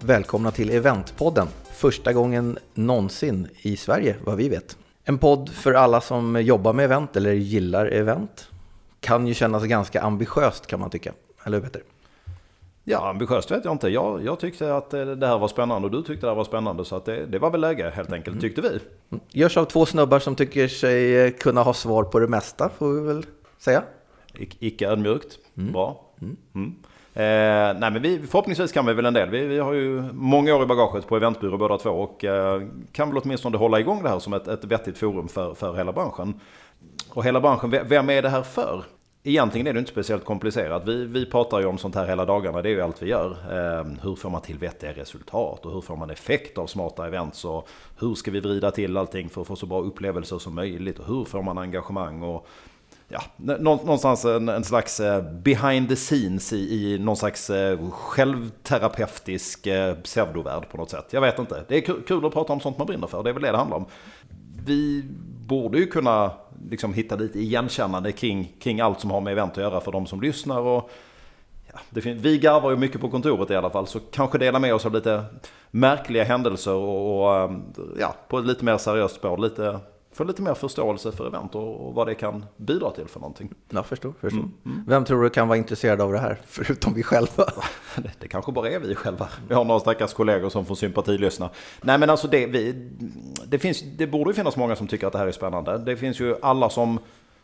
varmt välkomna till Eventpodden. Första gången någonsin i Sverige, vad vi vet. En podd för alla som jobbar med event eller gillar event. Kan ju kännas ganska ambitiöst kan man tycka. Eller hur Peter? Ja, ambitiöst vet jag inte. Jag tyckte att det här var spännande och du tyckte det här var spännande. Så att det var väl läge helt enkelt, tyckte vi. Görs av två snubbar som tycker sig kunna ha svar på det mesta, får vi väl säga. Icke ödmjukt. Bra. Nej, men förhoppningsvis kan vi väl en del. Vi har ju många år i bagaget på eventbyrå båda två och kan väl åtminstone hålla igång det här som ett vettigt forum för hela branschen. Och hela branschen, vem är det här för? Egentligen är det inte speciellt komplicerat. Vi pratar ju om sånt här hela dagarna, det är ju allt vi gör. Hur får man till vettiga resultat och hur får man effekt av smarta events och hur ska vi vrida till allting för att få så bra upplevelser som möjligt och hur får man engagemang och ja, någonstans en slags behind the scenes i någon slags självterapeutisk pseudovärld på något sätt. Jag vet inte. Det är kul att prata om sånt man brinner för. Det är väl det handlar om. Vi borde ju kunna liksom hitta lite igenkännande kring allt som har med event att göra för de som lyssnar. Och ja, vi garvar ju mycket på kontoret i alla fall, så kanske dela med oss av lite märkliga händelser och ja, på ett lite mer seriöst spår. Få lite mer förståelse för event och vad det kan bidra till för någonting. Ja, förstår. Vem tror du kan vara intresserad av det här, förutom vi själva? Det kanske bara är vi själva. Vi har några stackars kollegor som får sympatilyssna. Nej, men alltså det borde ju finnas många som tycker att det här är spännande. Det finns ju alla som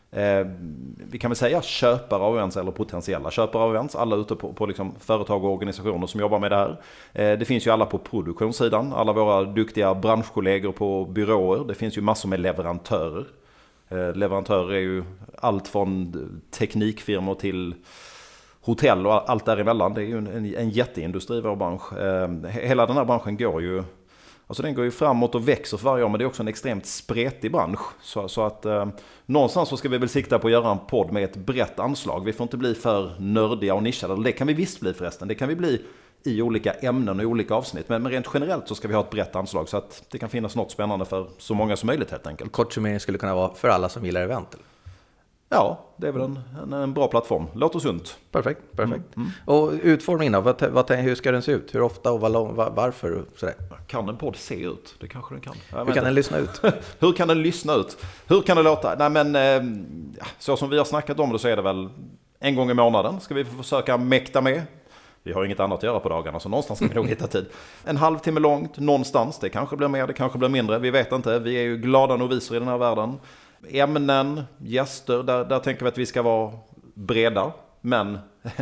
vi kan väl säga köpare av events eller potentiella köpare av events, alla ute på liksom företag och organisationer som jobbar med det här. Det finns ju alla på produktionssidan, alla våra duktiga branschkollegor på byråer. Det finns ju massor med leverantörer. Leverantörer är ju allt från teknikfirmor till hotell och allt däremellan. Det är ju en jätteindustri i vår bransch. Hela den här branschen går ju, alltså den går ju framåt och växer för varje år, men det är också en extremt spretig bransch. Så att någonstans så ska vi väl sikta på att göra en podd med ett brett anslag. Vi får inte bli för nördiga och nischade. Det kan vi visst bli förresten. Det kan vi bli i olika ämnen och olika avsnitt. Men rent generellt så ska vi ha ett brett anslag så att det kan finnas något spännande för så många som möjligt helt enkelt. Kort summering skulle kunna vara för alla som gillar event. Eller? Ja, det är väl en bra plattform. Låt oss sunt. Perfekt. Och utformningen då? Hur ska den se ut? Hur ofta och varför? Och sådär. Kan en podd se ut? Det kanske den kan. Hur kan den lyssna ut? Hur kan den lyssna ut? Hur kan det låta? Nej, men så som vi har snackat om det så är det väl en gång i månaden ska vi försöka mäkta med. Vi har inget annat att göra på dagarna, så någonstans ska vi nog hitta tid. En halvtimme långt, någonstans. Det kanske blir mer, det kanske blir mindre. Vi vet inte. Vi är ju glada noviser i den här världen. Ämnen, gäster, där tänker vi att vi ska vara breda men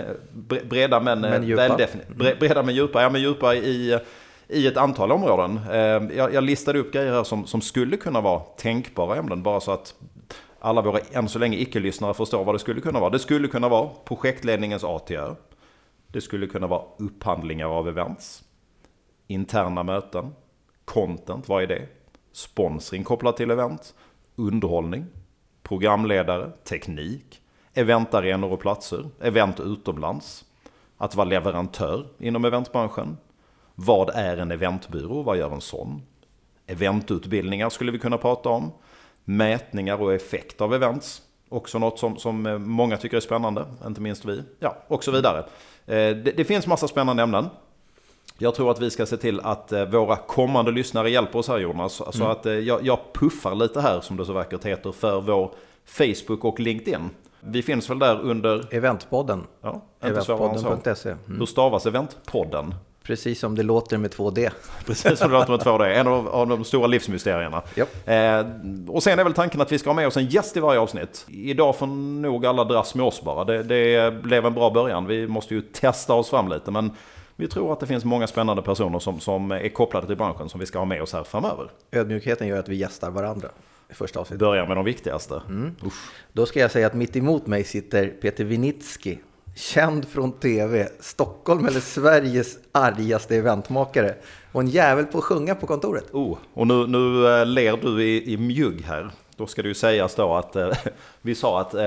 djupa. Ja, men djupa i ett antal områden. Jag listade upp grejer här som skulle kunna vara tänkbara ämnen, bara så att alla våra än så länge icke-lyssnare förstår vad det skulle kunna vara. Det skulle kunna vara projektledningens ATR. Det skulle kunna vara upphandlingar av events, interna möten, content, vad är det? Sponsring kopplat till event, underhållning, programledare, teknik, eventarenor och platser, event utomlands, att vara leverantör inom eventbranschen. Vad är en eventbyrå? Vad gör en sån? Eventutbildningar skulle vi kunna prata om. Mätningar och effekt av events. Också något som många tycker är spännande, inte minst vi. Ja, och så vidare. Det finns massa spännande ämnen. Jag tror att vi ska se till att våra kommande lyssnare hjälper oss här, Jonas. Så att jag puffar lite här, som det så vackert heter, för vår Facebook och LinkedIn. Vi finns väl där under Eventpodden. Ja, Eventpodden.se. Hur stavas Eventpodden? Precis som det låter med 2D. Precis som det låter med 2D. En av de stora livsmysterierna. Yep. Och sen är väl tanken att vi ska ha med oss en gäst i varje avsnitt. Idag får nog alla dras med oss bara. Det blev en bra början. Vi måste ju testa oss fram lite. Men vi tror att det finns många spännande personer som är kopplade till branschen som vi ska ha med oss här framöver. Ödmjukheten gör att vi gästar varandra i första avsnittet. Börjar med de viktigaste. Då ska jag säga att mitt emot mig sitter Peter Winitsky. Känd från tv, Stockholm eller Sveriges argaste eventmakare. Och en jävel på att sjunga på kontoret. Och nu ler du i mjugg här. Då ska det ju sägas då att vi sa att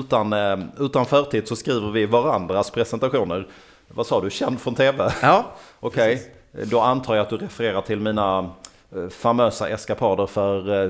utan förtid så skriver vi varandras presentationer. Vad sa du? Känd från tv? Ja. Okej. Då antar jag att du refererar till mina famösa eskapader för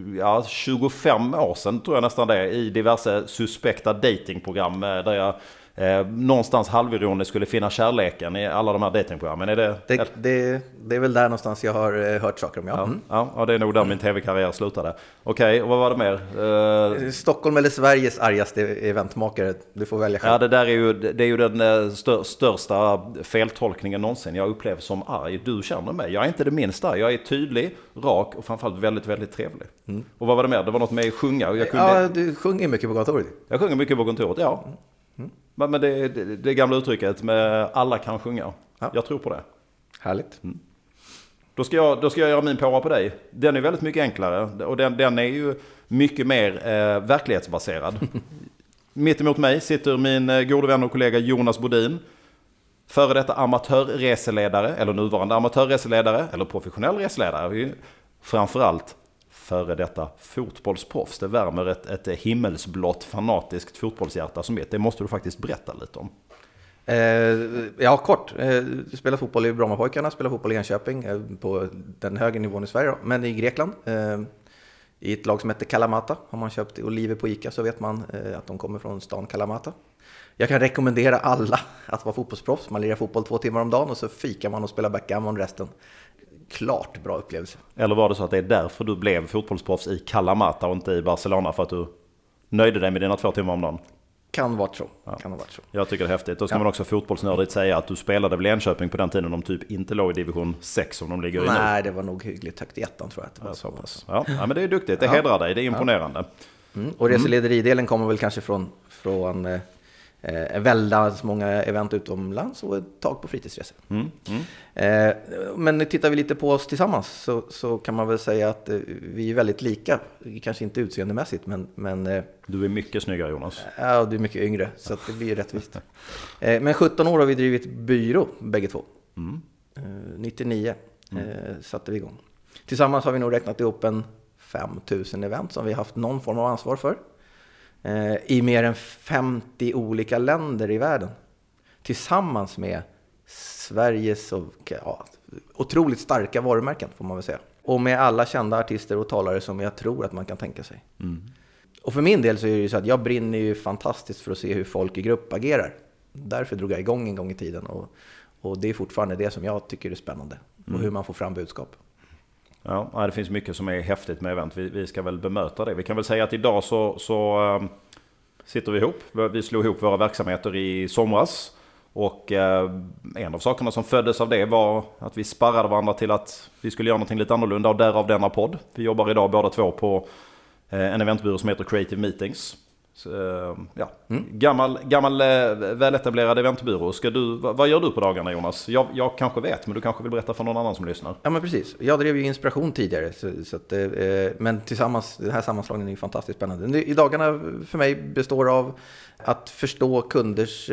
25 år sedan, tror jag nästan det, i diverse suspekta datingprogram där jag någonstans halvironiskt skulle finna kärleken i alla de här datingprogrammen. Det är väl där någonstans jag har hört saker om. Ja, det är nog där min tv-karriär slutade. Okej, och vad var det mer? Stockholm eller Sveriges argaste eventmakare, du får välja själv. Ja, det är ju den största feltolkningen någonsin jag upplever som arg. Du känner mig, jag är inte det minsta. Jag är tydlig, rak och framförallt väldigt, väldigt trevlig. Och vad var det mer? Det var något med att sjunga. Och du sjunger mycket på kontoret. Jag sjunger mycket på kontoret, ja. Men det gamla uttrycket med alla kan sjunga. Ja. Jag tror på det. Härligt. Då ska jag göra min påra på dig. Den är väldigt mycket enklare och den är ju mycket mer verklighetsbaserad. Mitt emot mig sitter min gode vän och kollega Jonas Bodin. Före detta amatörreseledare, eller nuvarande amatörreseledare, eller professionell reseledare. Framförallt före detta fotbollsproffs. Det värmer ett himmelsblått fanatiskt fotbollshjärta som vet. Det måste du faktiskt berätta lite om. Ja, kort. Spelar fotboll i Brommapojkarna, spelar fotboll i Enköping på den högre nivån i Sverige. Men i Grekland, i ett lag som heter Kalamata. Har man köpt oliver på Ica så vet man att de kommer från stan Kalamata. Jag kan rekommendera alla att vara fotbollsproffs. Man lirar fotboll 2 timmar om dagen och så fikar man och spelar backgammon resten. Klart bra upplevelse. Eller var det så att det är därför du blev fotbollsproffs i Kalamata och inte i Barcelona, för att du nöjde dig med dina 2 timmar om dagen? Kan vara så. Jag tycker det är häftigt. Då ska man också fotbollsnördigt säga att du spelade väl Enköping på den tiden de typ inte låg i division 6 som de ligger i nu. Nej, det var nog hyggligt högt i ettan, tror jag att det var. Så pass. Ja, men det är duktigt. Det hedrar dig. Det är imponerande. Och reseledaridelen kommer väl kanske från väldigt många event utomlands och ett tag på fritidsresor. Men tittar vi lite på oss tillsammans så kan man väl säga att vi är väldigt lika. Kanske inte utseendemässigt, men du är mycket snyggare, Jonas. Ja, du är mycket yngre, så att det blir rättvist. Men 17 år har vi drivit byrå, bägge två. 99 satte vi igång. Tillsammans har vi nog räknat ihop 5000 event som vi har haft någon form av ansvar för. I mer än 50 olika länder i världen. Tillsammans med Sveriges otroligt starka varumärken, får man väl säga. Och med alla kända artister och talare som jag tror att man kan tänka sig. Och för min del så är det ju så att jag brinner ju fantastiskt för att se hur folk i grupp agerar. Därför drog jag igång en gång i tiden. Och det är fortfarande det som jag tycker är spännande. Och hur man får fram budskap. Ja, det finns mycket som är häftigt med event. Vi ska väl bemöta det. Vi kan väl säga att idag så sitter vi ihop. Vi slog ihop våra verksamheter i somras. Och en av sakerna som föddes av det var att vi sparrade varandra till att vi skulle göra någonting lite annorlunda. Och därav denna podd. Vi jobbar idag båda två på en eventbyrå som heter Creative Meetings. Gammal väletablerad eventbyrå. Vad gör du på dagarna, Jonas? Jag kanske vet, men du kanske vill berätta för någon annan som lyssnar. Ja, men precis. Jag drev ju Inspiration tidigare, men tillsammans, den här sammanslagningen är ju fantastiskt spännande. I dagarna för mig består av att förstå kunders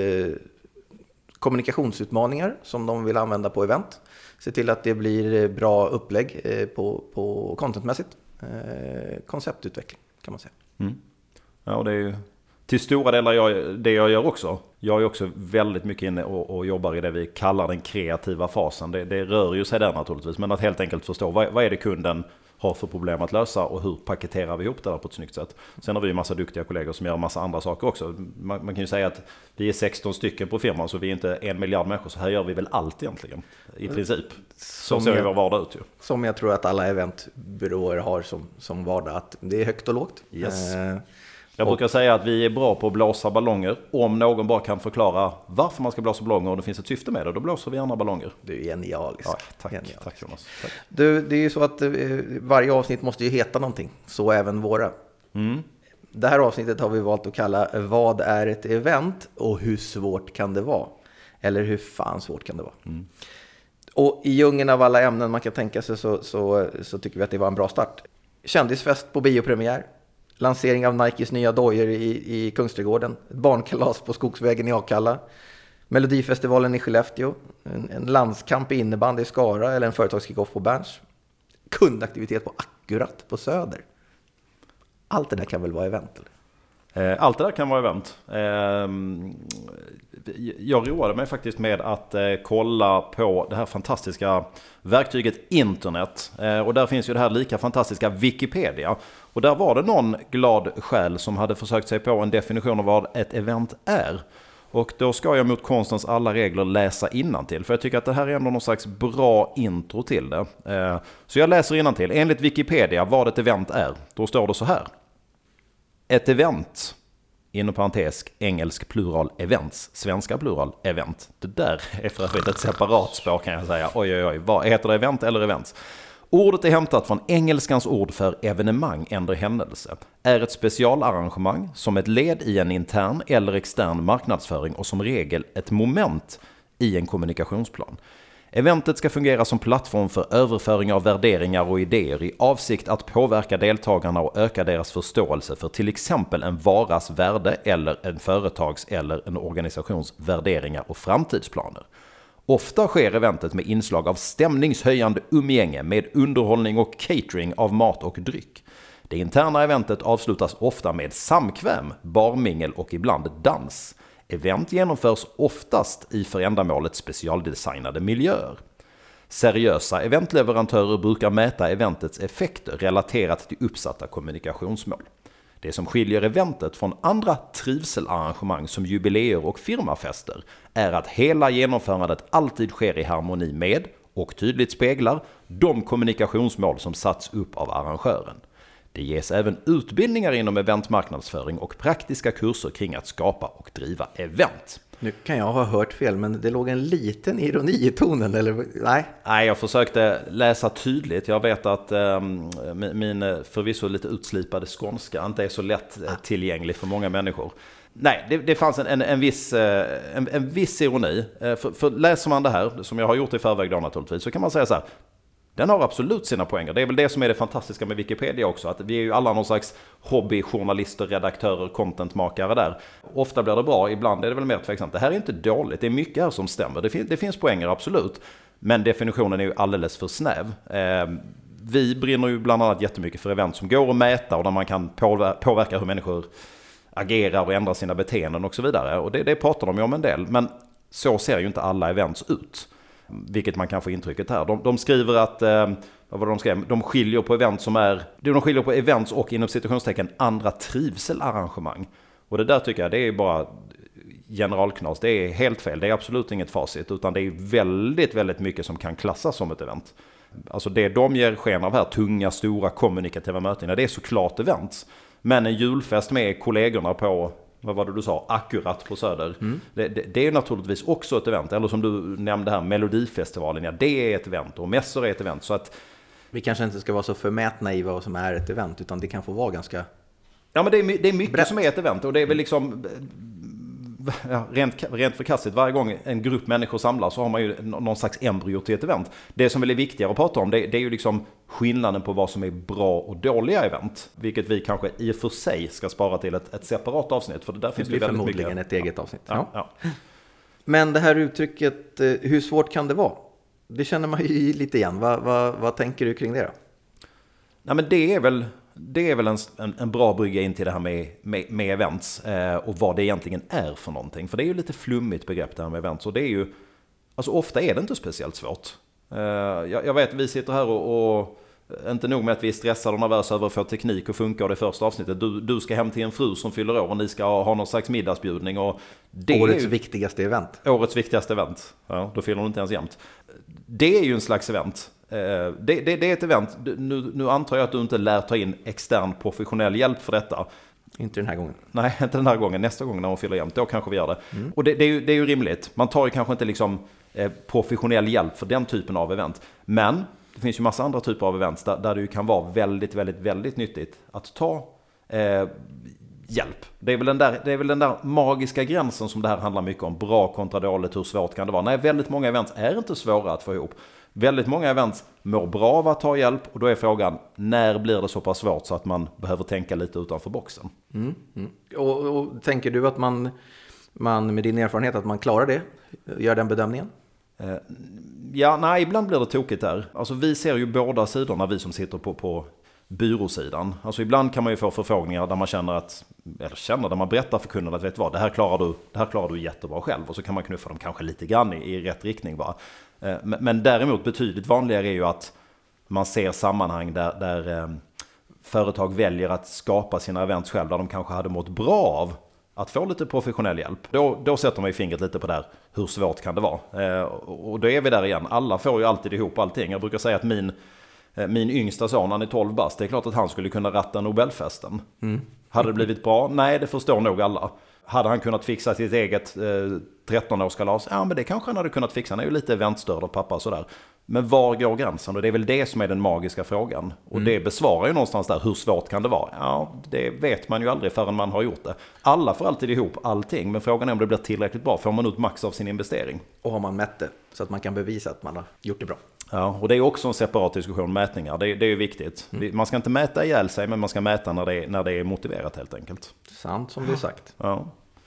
kommunikationsutmaningar som de vill använda på event. Se till att det blir bra upplägg på contentmässigt. Konceptutveckling kan man säga. Ja, och det är ju till stora delar det jag gör också. Jag är också väldigt mycket inne och jobbar i det vi kallar den kreativa fasen. Det rör ju sig där naturligtvis, men att helt enkelt förstå vad är det kunden har för problem att lösa och hur paketerar vi ihop det där på ett snyggt sätt. Sen har vi ju massa duktiga kollegor som gör massa andra saker också. Man kan ju säga att vi är 16 stycken på firman, så vi är inte 1 miljard människor, så här gör vi väl allt egentligen i princip. Så ser vår vardag ut ju. Som jag tror att alla eventbyråer har som vardag, att det är högt och lågt. Yes. Jag brukar säga att vi är bra på att blåsa ballonger. Om någon bara kan förklara varför man ska blåsa ballonger och det finns ett syfte med det, då blåser vi gärna ballonger. Du är genialisk. Ja, tack Jonas. Tack. Det är ju så att varje avsnitt måste ju heta någonting, så även våra. Det här avsnittet har vi valt att kalla Vad är ett event och hur svårt kan det vara? Eller hur fan svårt kan det vara? Och i djungeln av alla ämnen man kan tänka sig så tycker vi att det var en bra start. Kändisfest på biopremiär. Lansering av Nikes nya dojor i Kungsträdgården. Ett barnkalas på Skogsvägen i Akalla. Melodifestivalen i Skellefteå. En landskamp i innebandy i Skara. Eller en företagskickoff på Berns. Kundaktivitet på Akkurat på Söder. Allt det där kan väl vara event? Eller? Allt det där kan vara event. Jag roade mig faktiskt med att kolla på det här fantastiska verktyget internet. Och där finns ju det här lika fantastiska Wikipedia. Och där var det någon glad själ som hade försökt sig på en definition av vad ett event är. Och då ska jag mot konstens alla regler läsa innantill. För jag tycker att det här är ändå någon slags bra intro till det. Så jag läser innantill. Enligt Wikipedia vad ett event är. Då står det så här. Ett event, inom parentes, engelsk plural events, svenska plural event. Det där är för övrigt ett separat spår kan jag säga. Oj, vad heter det, event eller events? Ordet är hämtat från engelskans ord för evenemang eller händelse. Är ett specialarrangemang som ett led i en intern eller extern marknadsföring och som regel ett moment i en kommunikationsplan. Eventet ska fungera som plattform för överföring av värderingar och idéer i avsikt att påverka deltagarna och öka deras förståelse för till exempel en varas värde eller en företags eller en organisations värderingar och framtidsplaner. Ofta sker eventet med inslag av stämningshöjande umgänge med underhållning och catering av mat och dryck. Det interna eventet avslutas ofta med samkväm, barmingel och ibland dans. Event genomförs oftast i för ändamålet specialdesignade miljöer. Seriösa eventleverantörer brukar mäta eventets effekter relaterat till uppsatta kommunikationsmål. Det som skiljer eventet från andra trivselarrangemang som jubileer och firmafester är att hela genomförandet alltid sker i harmoni med och tydligt speglar de kommunikationsmål som satts upp av arrangören. Det ges även utbildningar inom eventmarknadsföring och praktiska kurser kring att skapa och driva event. Nu kan jag ha hört fel, men det låg en liten ironi i tonen, eller nej? Nej, jag försökte läsa tydligt. Jag vet att min förvisso lite utslipade skånska inte är så lätt tillgänglig för många människor. Nej, det fanns en viss ironi. För läser man det här, som jag har gjort i förväg då naturligtvis, så kan man säga så här. Den har absolut sina poänger. Det är väl det som är det fantastiska med Wikipedia också. Att vi är ju alla någon slags hobbyjournalister, redaktörer, contentmakare där. Ofta blir det bra, ibland är det väl mer tveksamt. Det här är inte dåligt, det är mycket här som stämmer. Det finns poänger, absolut. Men definitionen är ju alldeles för snäv. Vi brinner ju bland annat jättemycket för event som går att mäta och där man kan påverka hur människor agerar och ändrar sina beteenden och så vidare. Och det pratar de ju om en del. Men så ser ju inte alla events ut. Vilket man kan få intrycket här. De skriver att vad var det de skrev? De skiljer på event som är de skiljer på events och inom citationstecken andra trivselarrangemang. Och det där tycker jag det är bara generalknas. Det är helt fel. Det är absolut inget facit utan det är väldigt väldigt mycket som kan klassas som ett event. Alltså det de ger sken av här tunga stora kommunikativa möten, det är såklart events. Men en julfest med kollegorna på vad var det du sa? Akkurat på Söder. Det är naturligtvis också ett event. Eller som du nämnde här, Melodifestivalen. Ja, det är ett event. Och mässor är ett event. Så att vi kanske inte ska vara så förmätna i vad som är ett event. Utan det kan få vara ganska... Ja, men det är mycket brett som är ett event. Och det är väl liksom... Ja, rent förkastligt. Varje gång en grupp människor samlas så har man ju någon slags embryo till ett event. Det som väl är viktigare att prata om det är ju liksom skillnaden på vad som är bra och dåliga event. Vilket vi kanske i och för sig ska spara till ett separat avsnitt. För det där finns det väldigt förmodligen mycket. Ett eget avsnitt. Ja. Men det här uttrycket, hur svårt kan det vara? Det känner man ju lite igen. Vad tänker du kring det då? Nej, men det är väl en bra brygga in till det här med events och vad det egentligen är för någonting. För det är ju lite flummigt begrepp det här med events. Och det är ju, alltså ofta är det inte speciellt svårt. Jag vet, vi sitter här och inte nog med att vi är stressade och nervösa över att få teknik att funka och det första avsnittet. Du ska hem till en fru som fyller år och ni ska ha någon slags middagsbjudning. Och det årets viktigaste event. Årets viktigaste event. Ja, då fyller hon inte ens jämt. Det är ju en slags event. Det är ett event. Nu antar jag att du inte lär ta in extern professionell hjälp för detta. Inte den här gången. Nej, inte den här gången. Nästa gång när hon fyller jämt, då kanske vi gör det. Och det är ju rimligt. Man tar ju kanske inte liksom professionell hjälp för den typen av event. Men det finns ju massa andra typer av events där det ju kan vara väldigt, väldigt, väldigt nyttigt att ta hjälp. Det är väl den där magiska gränsen som det här handlar mycket om. Bra kontra dåligt, hur svårt kan det vara? Nej, väldigt många events är inte svåra att få ihop. Väldigt många events mår bra av att ta hjälp och då är frågan, när blir det så pass svårt så att man behöver tänka lite utanför boxen? Och tänker du att man med din erfarenhet att man klarar det? Gör den bedömningen? Ibland blir det tokigt där. Alltså vi ser ju båda sidorna, vi som sitter på byråsidan. Alltså ibland kan man ju få förfrågningar där man där man berättar för kunden att vet vad, det här klarar du jättebra själv. Och så kan man knuffa dem kanske lite grann i rätt riktning bara. Men däremot betydligt vanligare är ju att man ser sammanhang där företag väljer att skapa sina events själv där de kanske hade mått bra av att få lite professionell hjälp. Då sätter man ju fingret lite på det här, hur svårt kan det vara? Och då är vi där igen, alla får ju alltid ihop allting. Jag brukar säga att min yngsta son, han är 12 bast, det är klart att han skulle kunna ratta Nobelfesten. Hade det blivit bra? Nej, det förstår nog alla. Hade han kunnat fixa sitt eget 13-årskalas? Ja, men det kanske han hade kunnat fixa. Han är ju lite eventstörd och pappa sådär. Men var går gränsen? Och det är väl det som är den magiska frågan. Och det besvarar ju någonstans där, hur svårt kan det vara? Ja, det vet man ju aldrig förrän man har gjort det. Alla får alltid ihop allting, men frågan är om det blir tillräckligt bra. Får man ut max av sin investering? Och har man mätt det så att man kan bevisa att man har gjort det bra. Ja, och det är också en separat diskussion, mätningar. Det är ju viktigt. Man ska inte mäta ihjäl sig, men man ska mäta när det är motiverat helt enkelt. Sant som det är sagt. Ja.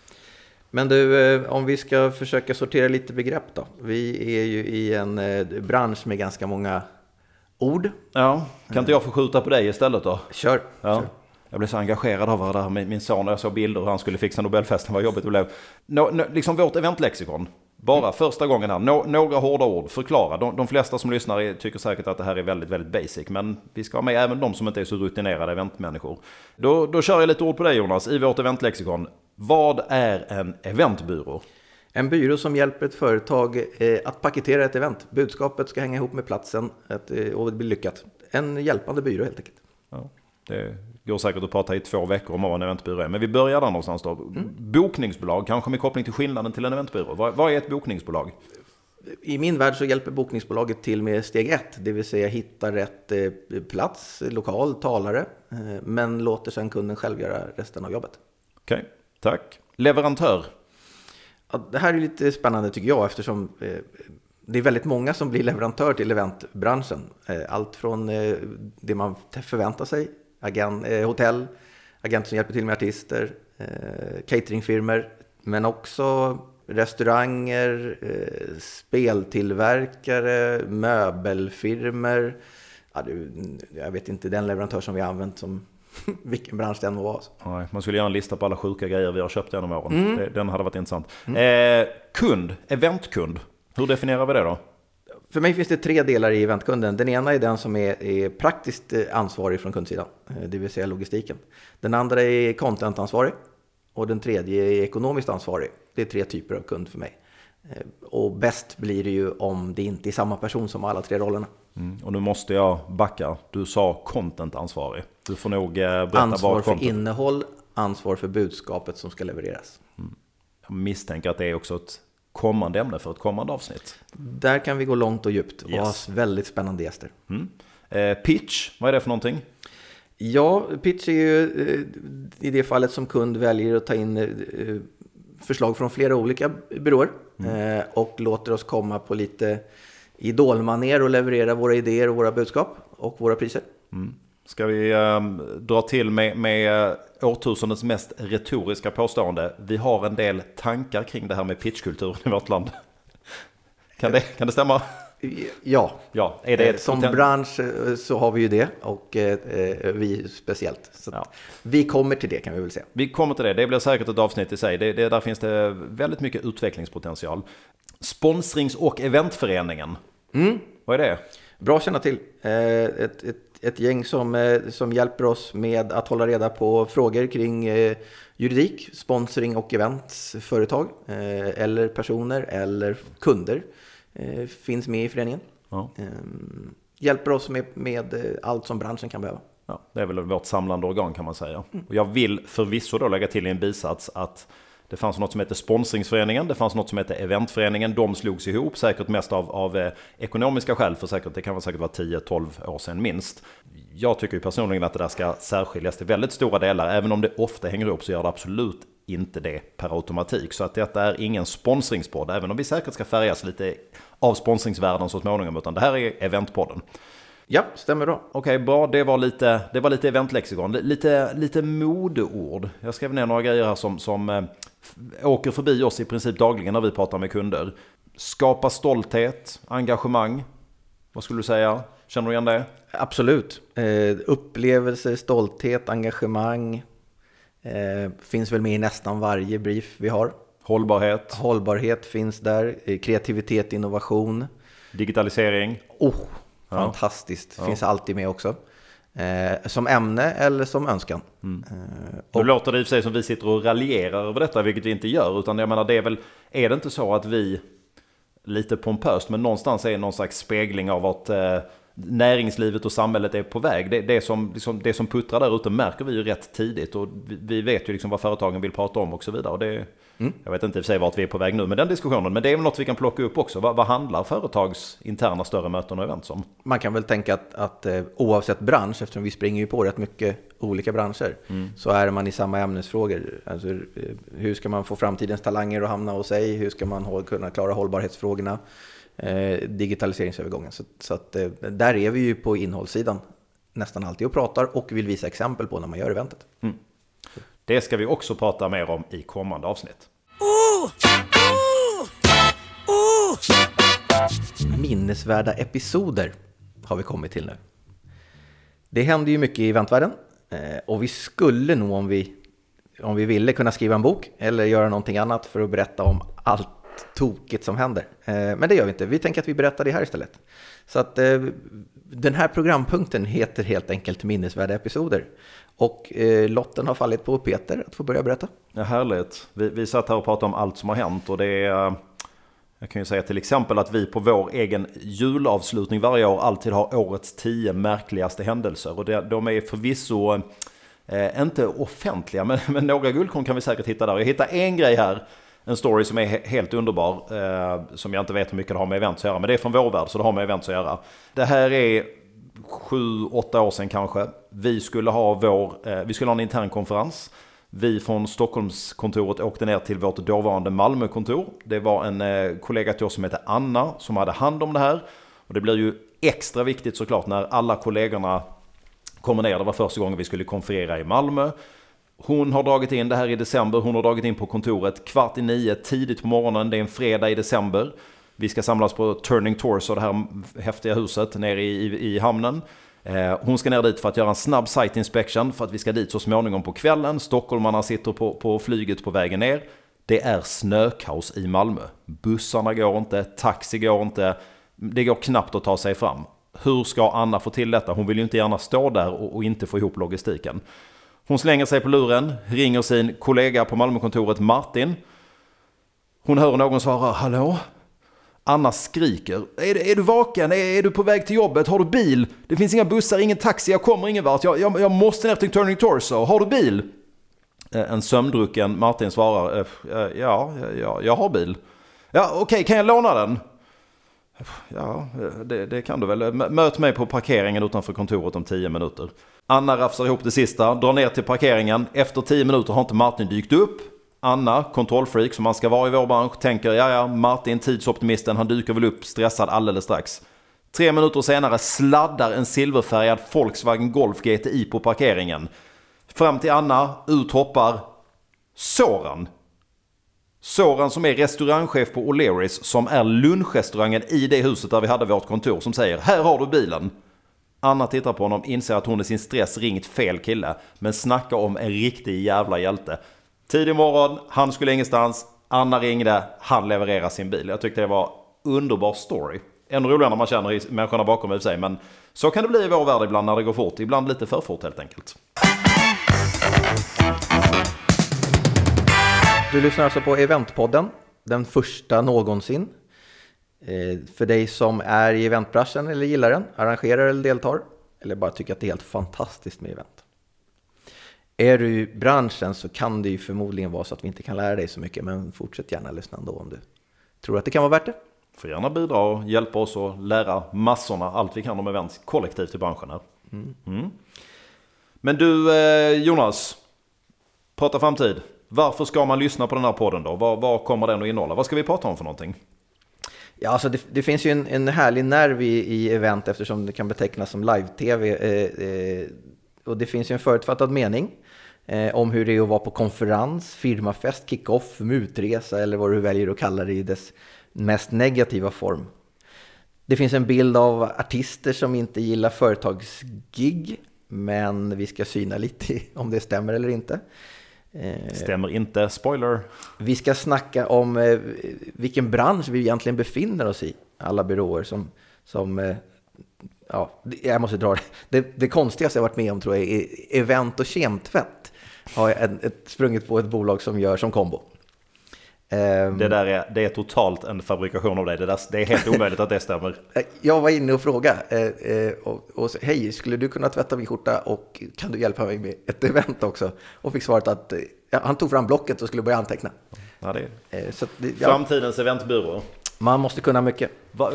Men du, om vi ska försöka sortera lite begrepp då. Vi är ju i en bransch med ganska många ord. Ja, kan inte jag få skjuta på dig istället då? Kör. Ja. Kör. Jag blev så engagerad av det här med min son när jag såg bilder hur han skulle fixa Nobelfesten, vad jobbigt det blev. Liksom vårt eventlexikon. Bara första gången här, några hårda ord, förklara. De flesta som lyssnar tycker säkert att det här är väldigt, väldigt basic. Men vi ska ha med även de som inte är så rutinerade eventmänniskor. Då kör jag lite ord på dig, Jonas, i vårt eventlexikon. Vad är en eventbyrå? En byrå som hjälper ett företag att paketera ett event. Budskapet ska hänga ihop med platsen och det blir lyckat. En hjälpande byrå helt enkelt. Ja, det går säkert att prata i 2 veckor om vad en eventbyrå är. Men vi börjar där någonstans då. Bokningsbolag, kanske med koppling till skillnaden till en eventbyrå. Vad är ett bokningsbolag? I min värld så hjälper bokningsbolaget till med steg 1. Det vill säga hitta rätt plats, lokal, talare. Men låter sedan kunden själv göra resten av jobbet. Okej, tack. Leverantör? Ja, det här är lite spännande tycker jag eftersom det är väldigt många som blir leverantör till eventbranschen. Allt från det man förväntar sig, hotell, agenter som hjälper till med artister, cateringfirmor, men också restauranger, speltillverkare, möbelfirmor. Ja, jag vet inte den leverantör som vi har använt som vilken bransch den var. Nej, man skulle göra en lista på alla sjuka grejer vi har köpt genom åren. Den hade varit intressant. Kund, eventkund. Hur definierar vi det då? För mig finns det 3 delar i eventkunden. Den ena är den som är praktiskt ansvarig från kundsidan, det vill säga logistiken. Den andra är contentansvarig och den tredje är ekonomiskt ansvarig. Det är 3 typer av kund för mig. Och bäst blir det ju om det inte är samma person som alla 3 rollerna. Och nu måste jag backa. Du sa contentansvarig. Du får nog berätta ansvar vad för innehåll, ansvar för budskapet som ska levereras. Jag misstänker att det är också ett kommande ämne för ett kommande avsnitt. Där kan vi gå långt och djupt och ha väldigt spännande gäster. Pitch, vad är det för någonting? Ja, pitch är ju i det fallet som kund väljer att ta in förslag från flera olika byråer och låter oss komma på lite idolmaner och leverera våra idéer och våra budskap och våra priser. Ska vi dra till med årtusendets mest retoriska påstående? Vi har en del tankar kring det här med pitchkultur i vårt land. Kan det stämma? Ja, är det som bransch så har vi ju det och vi speciellt. Så vi kommer till det kan vi väl säga. Vi kommer till det. Det blir säkert ett avsnitt i sig. Där finns det väldigt mycket utvecklingspotential. Sponsrings- och eventföreningen. Vad är det? Bra att känna till. Ett gäng som hjälper oss med att hålla reda på frågor kring juridik, sponsring och eventsföretag eller personer eller kunder finns med i föreningen. Ja. Hjälper oss med allt som branschen kan behöva. Ja, det är väl vårt samlande organ kan man säga. Och jag vill förvisso då lägga till i en bisats att det fanns något som heter sponsringsföreningen, det fanns något som heter eventföreningen. De slogs ihop, säkert mest av ekonomiska skäl, för det kan säkert vara 10-12 år sedan minst. Jag tycker ju personligen att det där ska särskiljas till väldigt stora delar. Även om det ofta hänger upp så gör det absolut inte det per automatik. Så att detta är ingen sponsringspodd, även om vi säkert ska färgas lite av sponsringsvärlden så småningom. Utan det här är eventpodden. Ja, stämmer då. Okej, bra. Det var lite eventlexikon. Lite modeord. Jag skrev ner några grejer här som åker förbi oss i princip dagligen när vi pratar med kunder. Skapa stolthet, engagemang. Vad skulle du säga? Känner du igen det? Absolut. Upplevelser, stolthet, engagemang finns väl med i nästan varje brief vi har. Hållbarhet finns där. Kreativitet, innovation. Digitalisering. Fantastiskt. Finns alltid med också. Som ämne eller som önskan. Då låter det i och för sig som vi sitter och raljerar över detta, vilket vi inte gör. Utan jag menar, är det inte så att vi lite pompöst, men någonstans är någon slags spegling av att näringslivet och samhället är på väg. Det som puttrar där ute märker vi ju rätt tidigt, och vi vet ju liksom vad företagen vill prata om och så vidare. Och jag vet inte i och för sig vart vi är på väg nu med den diskussionen, men det är väl något vi kan plocka upp också. Vad handlar företags interna större möten och event om? Man kan väl tänka att oavsett bransch, eftersom vi springer ju på rätt mycket olika branscher, så är man i samma ämnesfrågor. Alltså, hur ska man få framtidens talanger att hamna hos sig? Hur ska man kunna klara hållbarhetsfrågorna? Digitaliseringsövergången. Så att, där är vi ju på innehållssidan nästan alltid och pratar och vill visa exempel på när man gör eventet. Det ska vi också prata mer om i kommande avsnitt. Minnesvärda episoder har vi kommit till nu. Det händer ju mycket i eventvärlden, och vi skulle nog om vi ville kunna skriva en bok eller göra någonting annat för att berätta om allt tokigt som händer. Men det gör vi inte. Vi tänker att vi berättar det här istället. Så att den här programpunkten heter helt enkelt minnesvärda episoder. Och lotten har fallit på Peter att få börja berätta. Ja, härligt. Vi satt här och pratade om allt som har hänt, och det är... Jag kan ju säga till exempel att vi på vår egen julavslutning varje år alltid har årets 10 märkligaste händelser. Och de är förvisso inte offentliga, men några guldkorn kan vi säkert hitta där. Jag hittar en grej här, en story som är helt underbar, som jag inte vet hur mycket det har med event att göra, men det är från vår värld, så det har med event att göra. Det här är 7-8 år sedan kanske. Vi skulle ha en intern konferens. Vi från Stockholmskontoret åkte ner till vårt dåvarande Malmökontor. Det var en kollega till oss som hette Anna som hade hand om det här. Och det blir ju extra viktigt såklart när alla kollegorna kommer ner. Det var första gången vi skulle konferera i Malmö. Hon har dragit in det här i december. Hon har dragit in på kontoret 8:45 tidigt på morgonen. Det är en fredag i december. Vi ska samlas på Turning Torso, det här häftiga huset nere i hamnen. Hon ska ner dit för att göra en snabb site inspection, för att vi ska dit så småningom på kvällen. Stockholmarna sitter på flyget på vägen ner. Det är snökaos i Malmö. Bussarna går inte, taxi går inte. Det går knappt att ta sig fram. Hur ska Anna få till detta? Hon vill ju inte gärna stå där och inte få ihop logistiken. Hon slänger sig på luren, ringer sin kollega på Malmökontoret Martin. Hon hör någon svara, hallå? Anna skriker, är du vaken? Är du på väg till jobbet? Har du bil? Det finns inga bussar, ingen taxi, jag kommer ingen vart. Jag måste ner till Turning Torso. Har du bil? En sömndrucken Martin svarar, ja, jag har bil. Ja, okej, kan jag låna den? Ja, det kan du väl. Möt mig på parkeringen utanför kontoret om 10 minuter. Anna rafsar ihop det sista, drar ner till parkeringen. Efter 10 minuter har inte Martin dykt upp. Anna, kontrollfreak som man ska vara i vår bransch, tänker ja, Martin, tidsoptimisten, han dyker väl upp stressad alldeles strax. 3 minuter senare sladdar en silverfärgad Volkswagen Golf GTI på parkeringen. Fram till Anna, ut hoppar Soran. Soran som är restaurangchef på O'Learys, som är lunchrestaurangen i det huset där vi hade vårt kontor, som säger, här har du bilen. Anna tittar på honom, inser att hon i sin stress ringt fel kille, men snackar om en riktig jävla hjälte. Tidig morgon, han skulle ingenstans, Anna ringde, han levererar sin bil. Jag tyckte det var underbar story. Ännu roligare när man känner människorna bakom sig, men så kan det bli i vår värld ibland när det går fort. Ibland lite för fort helt enkelt. Du lyssnar alltså på Eventpodden, den första någonsin. För dig som är i eventbranschen eller gillar den, arrangerar eller deltar, eller bara tycker att det är helt fantastiskt med event. Är du i branschen så kan det ju förmodligen vara så att vi inte kan lära dig så mycket, men fortsätt gärna lyssna ändå om du tror att det kan vara värt det. Får gärna bidra och hjälpa oss att lära massorna allt vi kan om event kollektivt i branschen här. Men du Jonas, prata framtid. Varför ska man lyssna på den här podden då? Vad kommer den att innehålla? Vad ska vi prata om för någonting? Ja, alltså det finns ju en härlig nerv i event eftersom det kan betecknas som live-tv. Och det finns ju en förutfattad mening om hur det är att vara på konferens, firmafest, kick-off, mutresa eller vad du väljer att kalla det i dess mest negativa form. Det finns en bild av artister som inte gillar företagsgig, men vi ska syna lite om det stämmer eller inte. Stämmer inte, spoiler. Vi ska snacka om vilken bransch vi egentligen befinner oss i, alla byråer som jag måste dra det. Det konstigaste jag varit med om tror jag är event och kemtvätt. Har jag sprungit på ett bolag som gör som kombo. Det är totalt en fabrikation av dig. Det är helt omöjligt att det stämmer. Jag var inne och frågade och hej, skulle du kunna tvätta min skjorta och kan du hjälpa mig med ett event också? Och fick svaret att han tog fram blocket och skulle börja anteckna. Ja, framtidens eventbyrå. Man måste kunna mycket.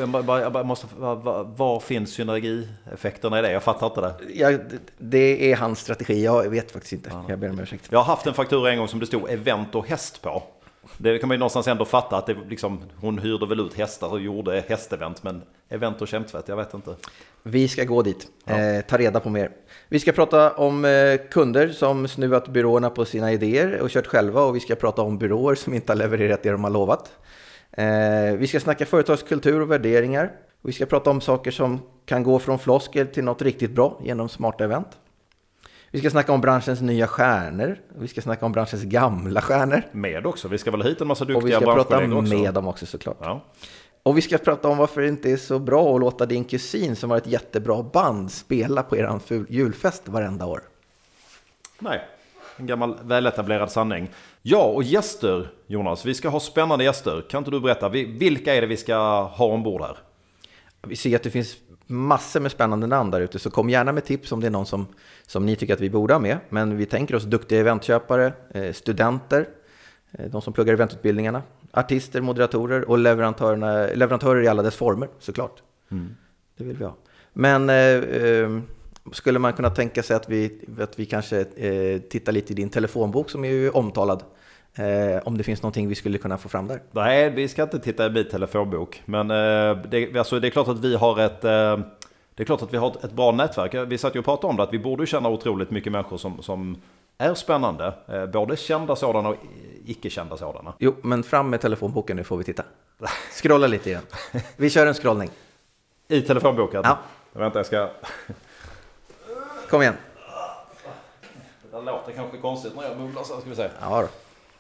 Var finns synergieffekterna i det? Jag fattar inte det. Det är hans strategi. Jag vet faktiskt inte. Jag ber om ursäkt. Jag har haft en faktura en gång som det stod event och häst på. Det kan man ju någonstans ändå fatta att det liksom, hon hyrde väl ut hästar och gjorde hästevent, men event och kemtvätt, jag vet inte. Vi ska gå dit, ta reda på mer. Vi ska prata om kunder som snuvat byråerna på sina idéer och kört själva, och vi ska prata om byråer som inte har levererat det de har lovat. Vi ska snacka företagskultur och värderingar. Vi ska prata om saker som kan gå från floskel till något riktigt bra genom smarta event. Vi ska snacka om branschens nya stjärnor. Vi ska snacka om branschens gamla stjärnor. Med också. Vi ska väl hit en massa duktiga branschkollegor också. Och vi ska prata med dem också såklart. Ja. Och vi ska prata om varför det inte är så bra att låta din kusin som har ett jättebra band spela på er julfest varenda år. Nej, en gammal väletablerad sanning. Ja, och gäster, Jonas. Vi ska ha spännande gäster. Kan inte du berätta, vilka är det vi ska ha ombord här? Vi ser att det finns massor med spännande namn där ute, så kom gärna med tips om det är någon som ni tycker att vi borde ha med. Men vi tänker oss duktiga eventköpare, studenter, de som pluggar eventutbildningarna, artister, moderatorer och leverantörer i alla dess former, såklart. Det vill vi ha. Men skulle man kunna tänka sig att vi kanske tittar lite i din telefonbok som är ju omtalad, om det finns någonting vi skulle kunna få fram där? Nej, vi ska inte titta i min telefonbok. Men det är klart att vi har ett bra nätverk. Vi satt ju och pratade om det, att vi borde känna otroligt mycket människor som är spännande. Både kända sådana och icke-kända sådana. Jo, men fram med telefonboken nu får vi titta. Scrolla lite i den. Vi kör en scrollning. I telefonboken? Ja. Vänta, jag ska... Kom igen. Det låter kanske konstigt när jag mumlar så, ska vi se. Ja då.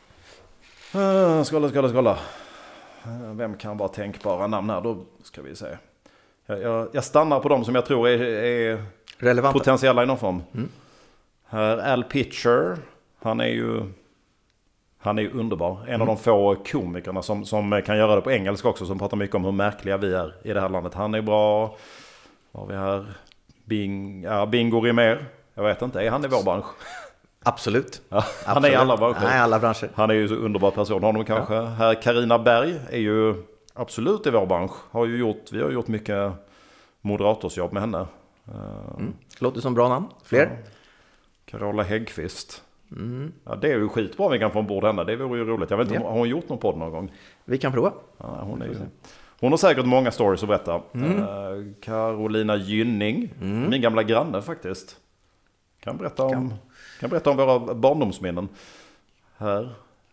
Skålla. Vem kan vara tänkbara namn här? Då ska vi se. Jag stannar på dem som jag tror är relevanta, potentiella i någon form. Här Al Pitcher. Han är ju underbar. En av de få komikerna som kan göra det på engelska också, som pratar mycket om hur märkliga vi är i det här landet. Han är bra. Vad har vi här? Bingo Rimér. Jag vet inte, är han i vår bransch? Absolut. Ja, han är i alla branscher. Nej, alla branscher. Han är ju så underbar person. Honom kanske. Ja. Här Carina Berg är ju absolut i vår bransch. Vi har gjort mycket moderatorsjobb med henne. Låter som bra namn. Fler? Ja. Carola Häggqvist. Ja, det är ju skitbra om vi kan få ombord henne. Det vore ju roligt. Jag vet inte, har hon gjort någon podd någon gång? Vi kan prova. Ja, hon har säkert många stories att berätta. Carolina Gynning. Min gamla granne faktiskt. Kan berätta om våra barndomsminnen. Här.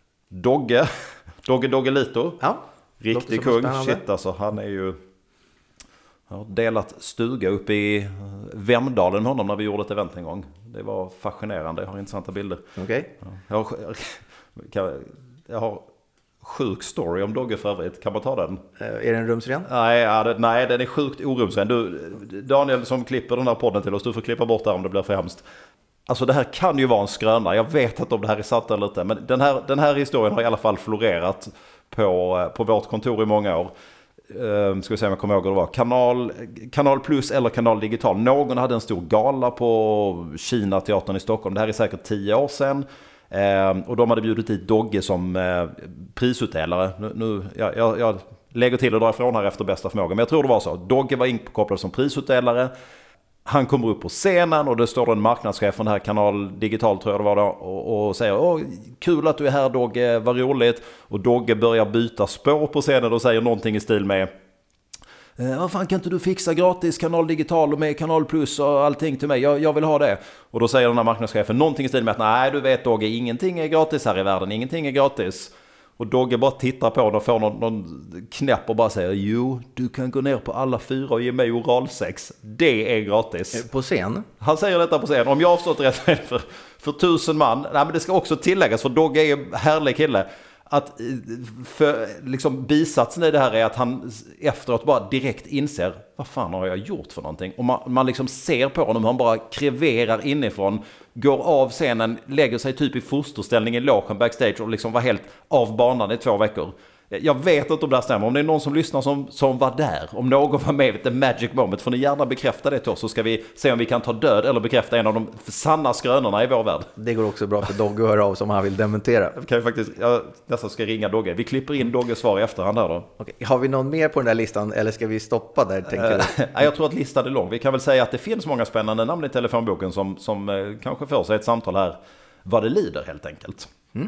Doggelito. Ja. Riktig kung. Shit alltså. Han är ju... Jag har delat stuga uppe i Vemdalen med honom när vi gjorde ett event en gång. Det var fascinerande. Jag har intressanta bilder. Okej. Ja. Jag har sjuk story om Dogge för övrigt. Kan man ta den? Är den rumsren? Nej, den är sjukt orumsren. Daniel som klipper den här podden till oss, du får klippa bort det om det blir för hemskt. Alltså det här kan ju vara en skröna. Jag vet inte om det här är satt eller inte. Men den här historien har i alla fall florerat på vårt kontor i många år. Ska vi se om jag kommer ihåg vad det var. Kanal Plus eller Kanal Digital. Någon hade en stor gala på Kina teatern i Stockholm. Det här är säkert 10 år sedan. Och de hade bjudit dit Dogge som prisutdelare. Jag lägger till och drar ifrån här efter bästa förmåga. Men jag tror det var så. Dogge var inkopplad som prisutdelare. Han kommer upp på scenen och det står en marknadschef från det här Kanal Digital, tror jag det var då, och säger kul att du är här Dogge, vad roligt. Och Dogge börjar byta spår på scenen och säger någonting i stil med vad fan, kan inte du fixa gratis Kanal Digital och med Kanal Plus och allting till mig? Jag vill ha det. Och då säger den här marknadschefen någonting i stil med att nej, du vet Dogge, ingenting är gratis här i världen, ingenting är gratis. Och Dogge bara tittar på den och får någon knäpp och bara säger jo, du kan gå ner på alla 4 och ge mig oralsex. Det är gratis. På scen? Han säger detta på scen. Om jag har förstått rätt för 1000 man. Nej, men det ska också tilläggas, för Dogge är en härlig kille. att liksom bisatsen i det här är att han efteråt bara direkt inser, vad fan har jag gjort för någonting? Och man liksom ser på honom, han bara kreverar inifrån, går av scenen, lägger sig typ i fosterställning i logen backstage och liksom var helt av banan i 2 veckor. Jag vet inte om det här stämmer. Om det är någon som lyssnar som var där, om någon var med vid the magic moment, får ni gärna bekräfta det till oss, så ska vi se om vi kan ta död eller bekräfta en av de sanna skrönorna i vår värld. Det går också bra för Dogge att höra av som han vill dementera. Kan vi faktiskt, jag nästan ska ringa Dogge. Vi klipper in Dogges svar i efterhand här då. Okej. Har vi någon mer på den där listan eller ska vi stoppa där, tänker du? Jag tror att listan är lång. Vi kan väl säga att det finns många spännande namn i telefonboken som kanske får sig ett samtal här vad det lider helt enkelt.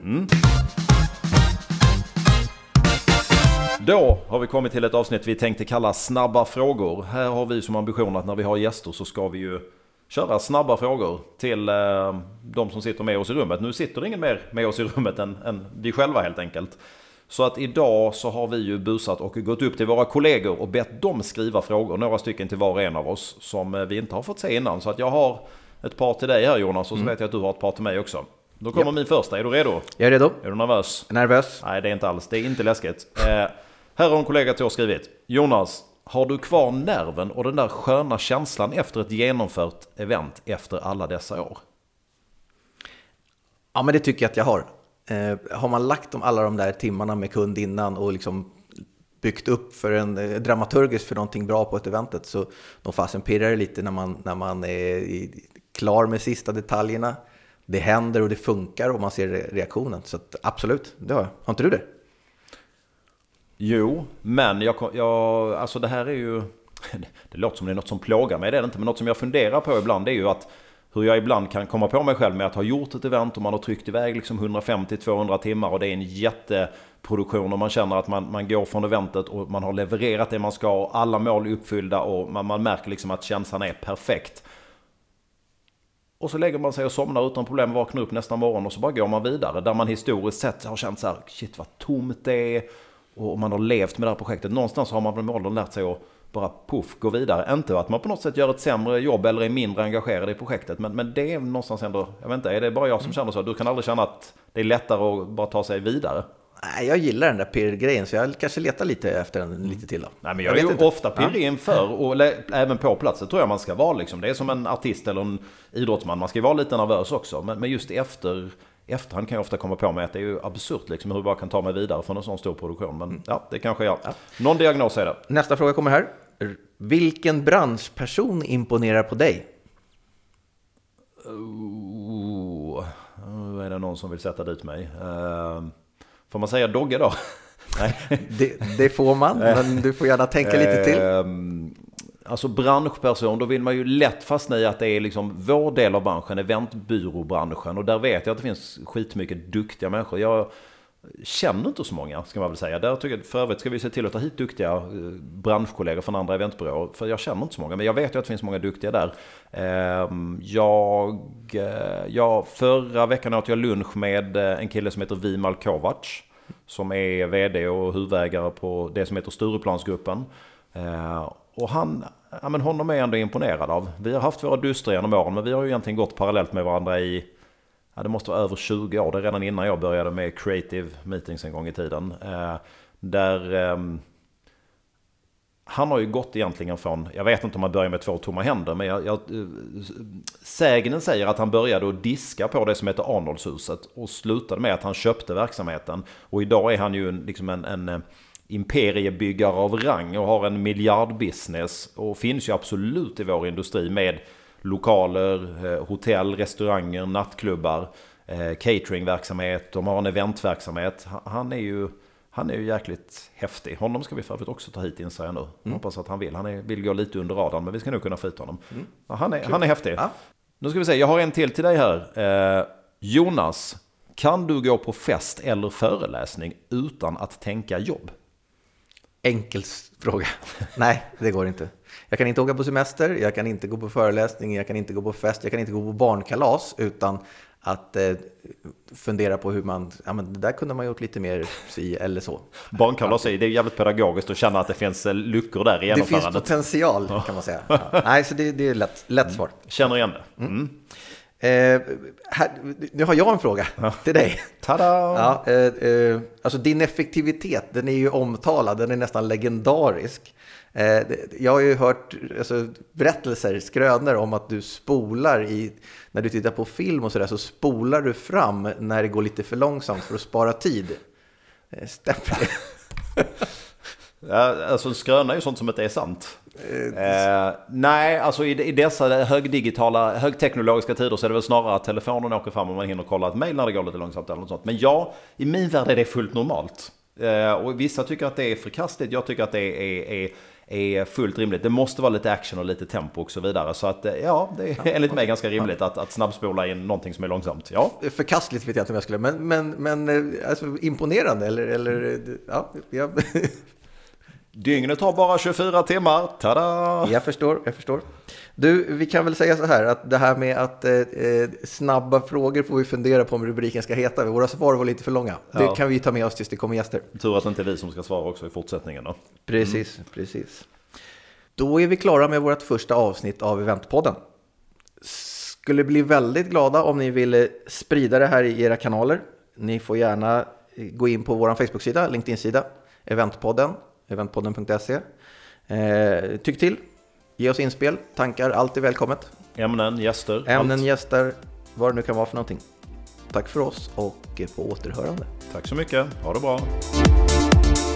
Då har vi kommit till ett avsnitt vi tänkte kalla snabba frågor. Här har vi som ambition att när vi har gäster så ska vi ju köra snabba frågor till de som sitter med oss i rummet. Nu sitter det ingen mer med oss i rummet än vi själva helt enkelt. Så att idag så har vi ju busat och gått upp till våra kollegor och bett dem skriva frågor, några stycken till var och en av oss som vi inte har fått se innan. Så att jag har ett par till dig här Jonas och så vet jag att du har ett par till mig också. Då kommer min första, är du redo? Jag är redo. Är du nervös? Nervös? Nej, det är inte alls, det är inte läskigt. Här har en kollega till oss skrivit. Jonas, har du kvar nerven och den där sköna känslan efter ett genomfört event efter alla dessa år? Ja, men det tycker jag att jag har. Har man lagt alla de där timmarna med kund innan och liksom byggt upp för en dramaturgiskt för någonting bra på ett eventet, så de fasen pirrar det lite när man är klar med sista detaljerna. Det händer och det funkar och man ser reaktionen. Så att, absolut, det har jag. Har inte du det? Jo, men alltså det här är ju, det låter som det är något som plågar mig, det är det inte, men något som jag funderar på ibland, det är ju att hur jag ibland kan komma på mig själv med att ha gjort ett event och man har tryckt iväg liksom 150-200 timmar och det är en jätteproduktion och man känner att man går från eventet och man har levererat det man ska och alla mål är uppfyllda och man märker liksom att känslan är perfekt. Och så lägger man sig och somnar utan problem, vaknar upp nästa morgon och så bara går man vidare. Där man historiskt sett har känt så här, shit vad tomt det är. Och man har levt med det här projektet. Någonstans har man med åldern lärt sig att bara gå vidare. Inte att man på något sätt gör ett sämre jobb eller är mindre engagerad i projektet. Men det är någonstans ändå, jag vet inte, är det bara jag som känner så? Du kan aldrig känna att det är lättare att bara ta sig vidare. Nej, jag gillar den där pirr-grejen så jag kanske letar lite efter den lite till då. Nej, men jag är ju ofta pirrig inför och även på plats. Det tror jag man ska vara liksom. Det är som en artist eller en idrottsman. Man ska ju vara lite nervös också. Men just efterhand kan jag ofta komma på mig att det är ju absurt liksom, hur jag bara kan ta mig vidare från en sån stor produktion. Men ja, det kanske jag. Ja. Någon diagnos är det. Nästa fråga kommer här. Vilken branschperson imponerar på dig? Är det någon som vill sätta dit mig? Får man säga Dogge då? Nej. Det får man, men du får gärna tänka lite till. Alltså branschperson, då vill man ju lätt fastna i att det är liksom vår del av branschen, eventbyråbranschen. Och där vet jag att det finns skitmycket duktiga människor. Jag känner inte så många, ska man väl säga. Där tycker jag, för övrigt ska vi se till att ta hit duktiga branschkollegor från andra eventbyråer. För jag känner inte så många, men jag vet ju att det finns många duktiga där. Förra veckan åt jag lunch med en kille som heter Vimal Kovac, som är vd och huvudägare på det som heter Stureplansgruppen. Och honom är jag ändå imponerad av. Vi har haft våra dyster genom åren, men vi har ju egentligen gått parallellt med varandra i, det måste vara över 20 år. Det är redan innan jag började med creative meetings en gång i tiden. Han har ju gått egentligen från, jag vet inte om han började med 2 tomma händer, men sägnen säger att han började att diska på det som heter Arnoldshuset och slutade med att han köpte verksamheten. Och idag är han ju liksom en imperiebyggare av rang och har en miljardbusiness och finns ju absolut i vår industri med lokaler, hotell, restauranger, nattklubbar, cateringverksamhet, de har en eventverksamhet. Han är ju jäkligt häftig. Honom ska vi för övrigt också ta hit, inser jag nu. Jag hoppas att han vill. Han vill gå lite under radarn, men vi ska nog kunna få hit honom. Ja, han är häftig. Ja. Nu ska vi se, jag har en till dig här. Jonas, kan du gå på fest eller föreläsning utan att tänka jobb? Enkel fråga. Nej, det går inte. Jag kan inte åka på semester, jag kan inte gå på föreläsning, jag kan inte gå på fest, jag kan inte gå på barnkalas utan att fundera på hur man, men det där kunde man gjort lite mer si eller så. Barnkalas, det är jävligt pedagogiskt att känna att det finns luckor där i genomförandet. Det finns potential kan man säga. Ja. Nej, så det är lätt svar. Känner igen det. Nu har jag en fråga till dig. Tada! Ja, alltså din effektivitet, den är ju omtalad, den är nästan legendarisk. Jag har ju hört berättelser, skrönor om att du spolar när du tittar på film och sådär, så spolar du fram när det går lite för långsamt för att spara tid. Stämmer det? Ja, alltså skröna är ju sånt som inte är sant. Nej, alltså i dessa högteknologiska tider så är det väl snarare att telefonen åker fram och man hinner kolla ett mejl när det går lite långsamt eller något sånt. Men ja, i min värld är det fullt normalt. Och vissa tycker att det är förkastligt, jag tycker att det är fullt rimligt. Det måste vara lite action och lite tempo och så vidare. Så att ja, det är enligt mig ganska rimligt att snabbspola in någonting som är långsamt. Ja. Förkastligt vet jag inte om jag skulle, men alltså, imponerande eller ja. Dygnet har bara 24 timmar. Tada! Jag förstår. Du, vi kan väl säga så här att det här med att snabba frågor får vi fundera på om rubriken ska heta. Våra svar var lite för långa. Ja. Det kan vi ta med oss tills det kommer gäster. Tur att det inte är vi som ska svara också i fortsättningen då. Precis. Då är vi klara med vårt första avsnitt av Eventpodden. Skulle bli väldigt glada om ni ville sprida det här i era kanaler. Ni får gärna gå in på vår Facebook-sida, LinkedIn-sida, Eventpodden. Eventpodden.se. Tyck till, ge oss inspel, tankar, allt är välkommet. Ämnen, gäster, vad det nu kan vara för någonting. Tack för oss och på återhörande. Tack så mycket, ha det bra.